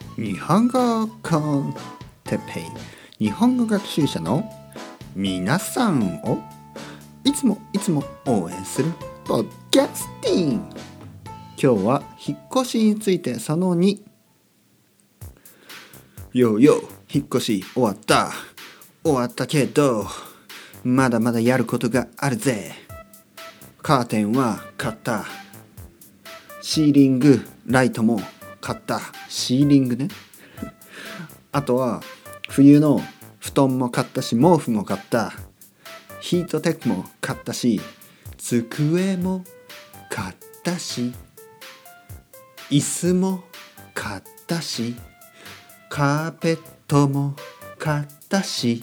日本語コンテッペイ、日本語学習者の皆さんをいつも応援するポッドキャスティング。今日は引っ越しについてその2。よ引っ越し終わったけどまだまだやることがあるぜ。カーテンは買った、シーリングライトも買った。シーリングねあとは冬の布団も買ったし、毛布も買った、ヒートテックも買ったし、机も買ったし、椅子も買ったし、カーペットも買ったし、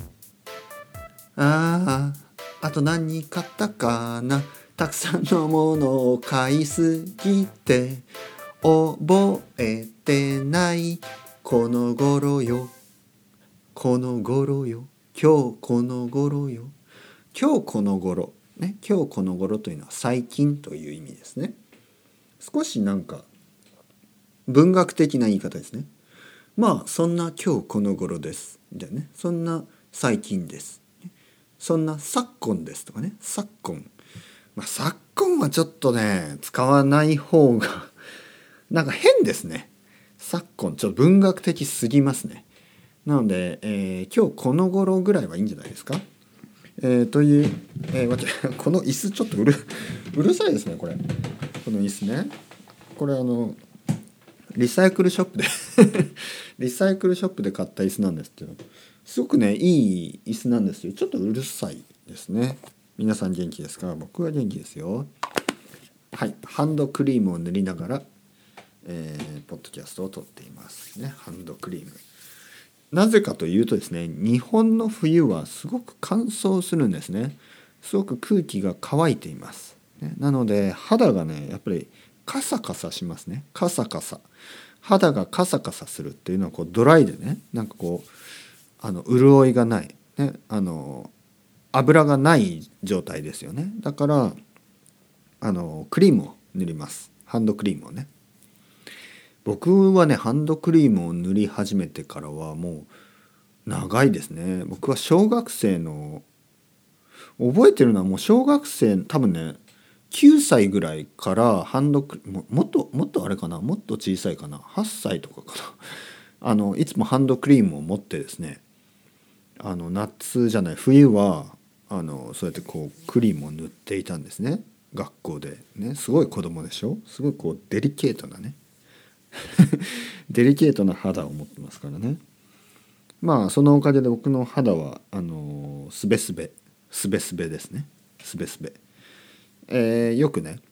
あと何買ったかな。たくさんのものを買いすぎて覚えてない。この頃よ、今日この頃よ。今日この頃ね、今日この頃というのは最近という意味ですね。少しなんか文学的な言い方ですね。まあそんな今日この頃ですみたいなね。そんな最近です、そんな昨今ですとかね。昨今、昨今はちょっとね使わない方がなんか変ですね。昨今ちょっと文学的すぎますね。なので、今日この頃ぐらいはいいんじゃないですか。という、この椅子ちょっとうるさいですね。この椅子ね、これリサイクルショップでリサイクルショップで買った椅子なんですけど、すごくねいい椅子なんですよ。ちょっとうるさいですね。皆さん元気ですか？僕は元気ですよ。はい、ハンドクリームを塗りながら、ポッドキャストを撮っていますね。ハンドクリーム、なぜかというとですね、日本の冬はすごく乾燥するんですね。すごく空気が乾いています、ね、なので肌がねやっぱりカサカサしますね。肌がカサカサするっていうのはこうドライでね、なんかこう潤いがない、ね、油がない状態ですよね。だからクリームを塗ります。ハンドクリームをね。僕はねハンドクリームを塗り始めてからはもう長いですね。僕は小学生の覚えてるのはもう小学生多分ね9歳ぐらいからもっとあれかな、もっと小さいかな、8歳とかかな。いつもハンドクリームを持ってですね、夏じゃない冬はそうやってこうクリームを塗っていたんですね。学校でね。すごい子供でしょ。すごいこうデリケートなねデリケートな肌を持ってますからね。まあそのおかげで僕の肌はスベスベですね。スベスベ、よくね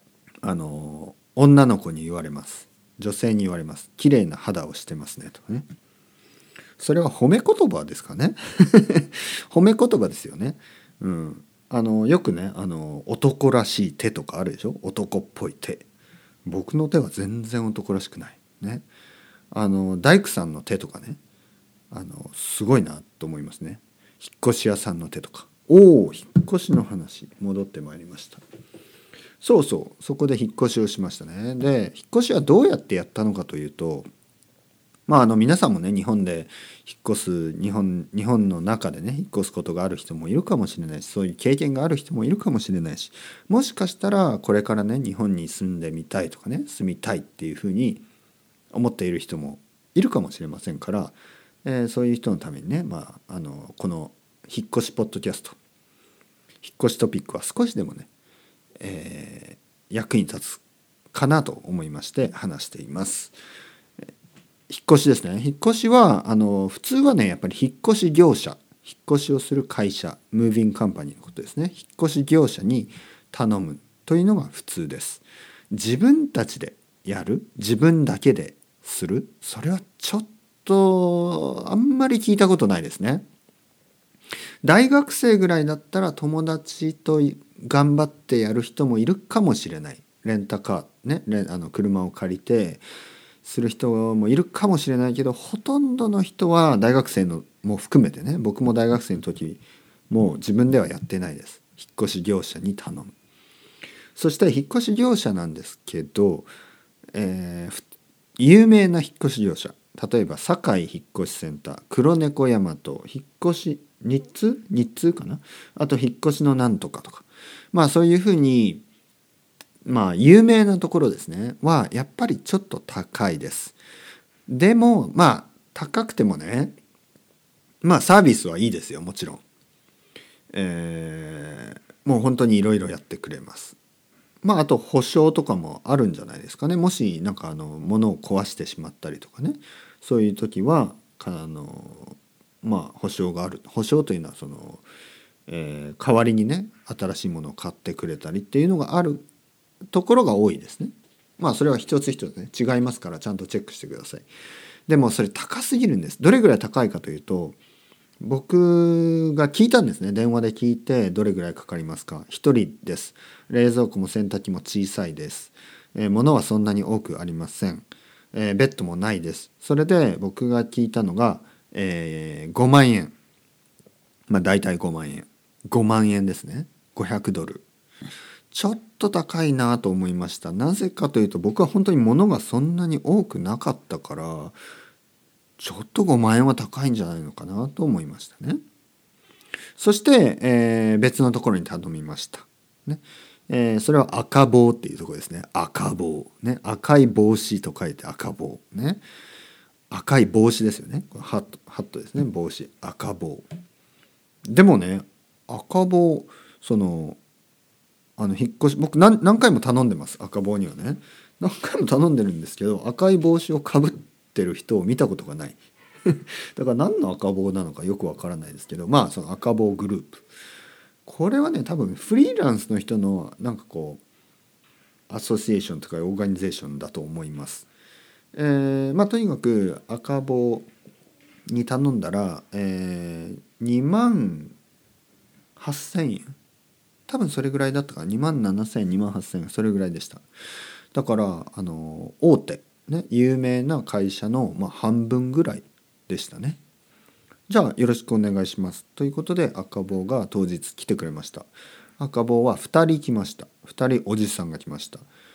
女の子に言われます。女性に言われます。綺麗な肌をしてますねとかね。それは褒め言葉ですかね褒め言葉ですよね。よくね男らしい手とかあるでしょ。男っぽい手。僕の手は全然男らしくないね。大工さんの手とかね、すごいなと思いますね。引っ越し屋さんの手とか。引っ越しの話戻ってまいりました。そこで引っ越しをしましたね。で引っ越しはどうやってやったのかというと、皆さんもね日本で引っ越す日本の中でね引っ越すことがある人もいるかもしれないし、そういう経験がある人もいるかもしれないし、もしかしたらこれからね日本に住んでみたいとかね、住みたいっていうふうに思っている人もいるかもしれませんから、そういう人のためにね、この引っ越しポッドキャスト、引っ越しトピックは少しでもね、役に立つかなと思いまして話しています。引っ越しですね。引っ越しは普通はねやっぱり引っ越し業者、引っ越しをする会社、ムービングカンパニーのことですね。引っ越し業者に頼むというのが普通です。自分たちでやる、自分だけでする、それはちょっとあんまり聞いたことないですね。大学生ぐらいだったら友達と頑張ってやる人もいるかもしれない。レンタカーね、車を借りてする人もいるかもしれないけど、ほとんどの人は大学生のも含めてね、僕も大学生の時もう自分ではやってないです。引っ越し業者に頼む。そして引っ越し業者なんですけど、有名な引っ越し業者、 例えば堺引越センター、黒猫大和、引越し日通かな、あと引越しのなんとかとか、まあそういうふうにまあ有名なところですねはやっぱりちょっと高いです。でもまあ高くてもね、まあサービスはいいですよ、もちろん。もう本当にいろいろやってくれます。まああと保証とかもあるんじゃないですかね。もしなんか物を壊してしまったりとかね、そういう時はまあ保証がある。保証というのは代わりにね新しいものを買ってくれたりっていうのがあるところが多いですね。まあそれは一つ一つね違いますからちゃんとチェックしてください。でもそれ高すぎるんです。どれぐらい高いかというと、僕が聞いたんですね。電話で聞いてどれぐらいかかりますか。一人です。冷蔵庫も洗濯機も小さいです。物はそんなに多くありません。ベッドもないです。それで僕が聞いたのが、5万円。まあ大体5万円。5万円ですね。500ドル。ちょっと高いなと思いました。なぜかというと僕は本当に物がそんなに多くなかったから、ちょっと5万円は高いんじゃないのかなと思いましたね。そして、別のところに頼みました。ねそれは赤帽っていうところですね。赤帽。ね、赤い帽子と書いて赤帽。ね、赤い帽子ですよね。ハットですね。帽子。赤帽。でもね、赤帽、引っ越し、僕何回も頼んでます。赤帽にはね。何回も頼んでるんですけど、赤い帽子をかぶってる人を見たことがない。だから何の赤帽なのかよくわからないですけど、まあその赤帽グループ。これはね、多分フリーランスの人のなんかアソシエーションとかオーガニゼーションだと思います。まあとにかく赤帽に頼んだら、2万8,000円。多分それぐらいだったかな。2万7,000円、2万8,000円、それぐらいでした。だから大手、ね、有名な会社の、半分ぐらいでしたね。じゃあよろしくお願いしますということで赤坊が当日来てくれました。赤坊は2人来ました。2人おじさんが来ました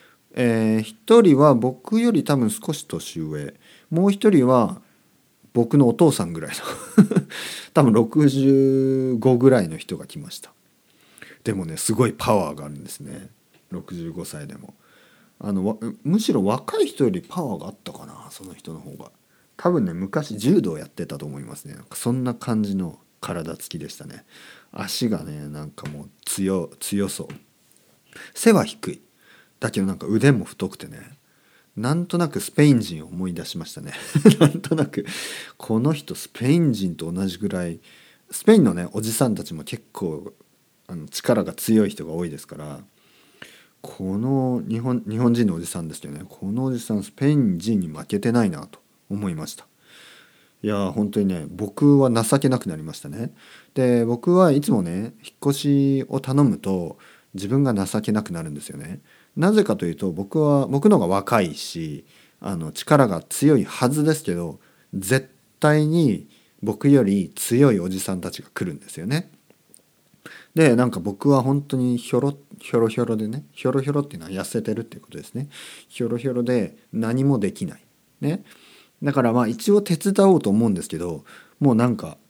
。1人は僕より多分少し年上、もう1人は僕のお父さんぐらいの多分65ぐらいの人が来ました。でもねすごいパワーがあるんですね。65歳でもむしろ若い人よりパワーがあったかな、その人の方が。多分ね昔柔道やってたと思いますね。なんかそんな感じの体つきでしたね。足がねなんかもう強そう。背は低いだけどなんか腕も太くてね、なんとなくスペイン人を思い出しましたねなんとなくこの人スペイン人と同じぐらい。スペインのねおじさんたちも結構力が強い人が多いですから、この日本人のおじさんですよね。このおじさんスペイン人に負けてないなと思いました。いや本当にね僕は情けなくなりましたね。で僕はいつもね引っ越しを頼むと自分が情けなくなるんですよね。なぜかというと僕の方が若いし力が強いはずですけど、絶対に僕より強いおじさんたちが来るんですよね。でなんか僕は本当にひょろでね、ひょろっていうのは痩せてるっていうことですね。ひょろで何もできないね。だからまあ一応手伝おうと思うんですけど、もうなんか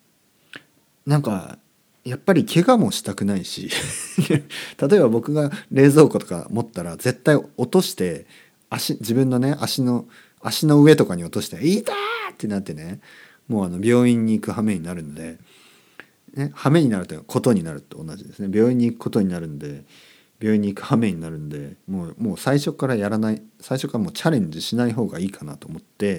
やっぱり怪我もしたくないし例えば僕が冷蔵庫とか持ったら絶対落として自分のね足の上とかに落として「痛ー!」ってなってね、もう病院に行く羽目になるので。ね、羽目になるということになると同じですね。病院に行くことになるんで、病院に行く羽目になるんで、もう最初から最初からもうチャレンジしない方がいいかなと思って、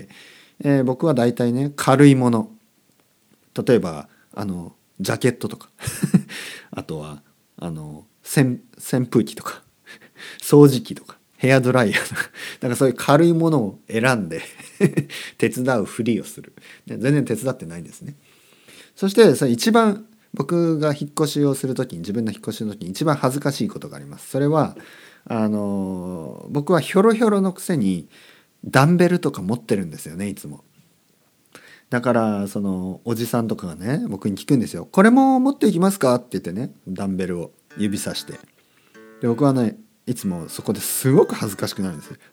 僕はだいたいね軽いもの、例えばジャケットとかあとは扇風機とか掃除機とかヘアドライヤーとかなんかそういう軽いものを選んで手伝うふりをする。全然手伝ってないんですね。そしてそれ一番僕が引っ越しをするときに、自分の引っ越しのときに一番恥ずかしいことがあります。それは僕はひょろのくせにダンベルとか持ってるんですよね、いつも。だからそのおじさんとかがね僕に聞くんですよ。これも持っていきますかって言ってね、ダンベルを指さして。で僕はねいつもそこですごく恥ずかしくなるんですよ。は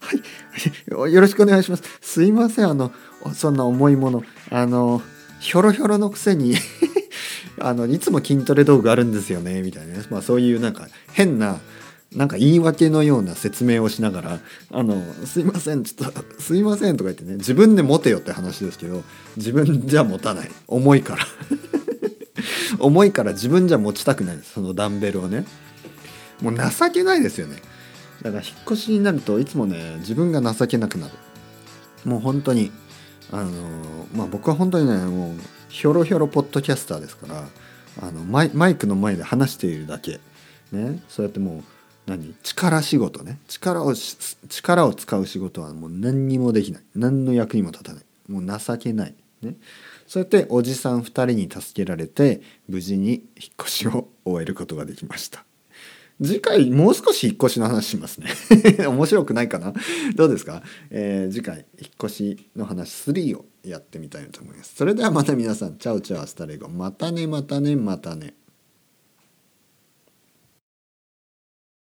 よろしくお願いします。すいません、そんな重いものひょろひょろのくせにいつも筋トレ道具あるんですよねみたいなね、まあ、そういうなんか変ななんか言い訳のような説明をしながらすいませんちょっとすいませんとか言ってね、自分で持てよって話ですけど、自分じゃ持たない、重いから重いから自分じゃ持ちたくないです、そのダンベルをね。もう情けないですよね。だから引っ越しになるといつもね自分が情けなくなる。もう本当にまあ僕は本当にねもうひょろひょろポッドキャスターですからマイクの前で話しているだけね、そうやってもう力仕事ね、力を使う仕事はもう何にもできない、何の役にも立たない、もう情けないね。そうやっておじさん2人に助けられて無事に引っ越しを終えることができました。次回もう少し引っ越しの話しますね面白くないかな、どうですか、次回引っ越しの話3をやってみたいと思います。それではまた皆さん、チャオチャオアスタレゴ、またねまたねまたね。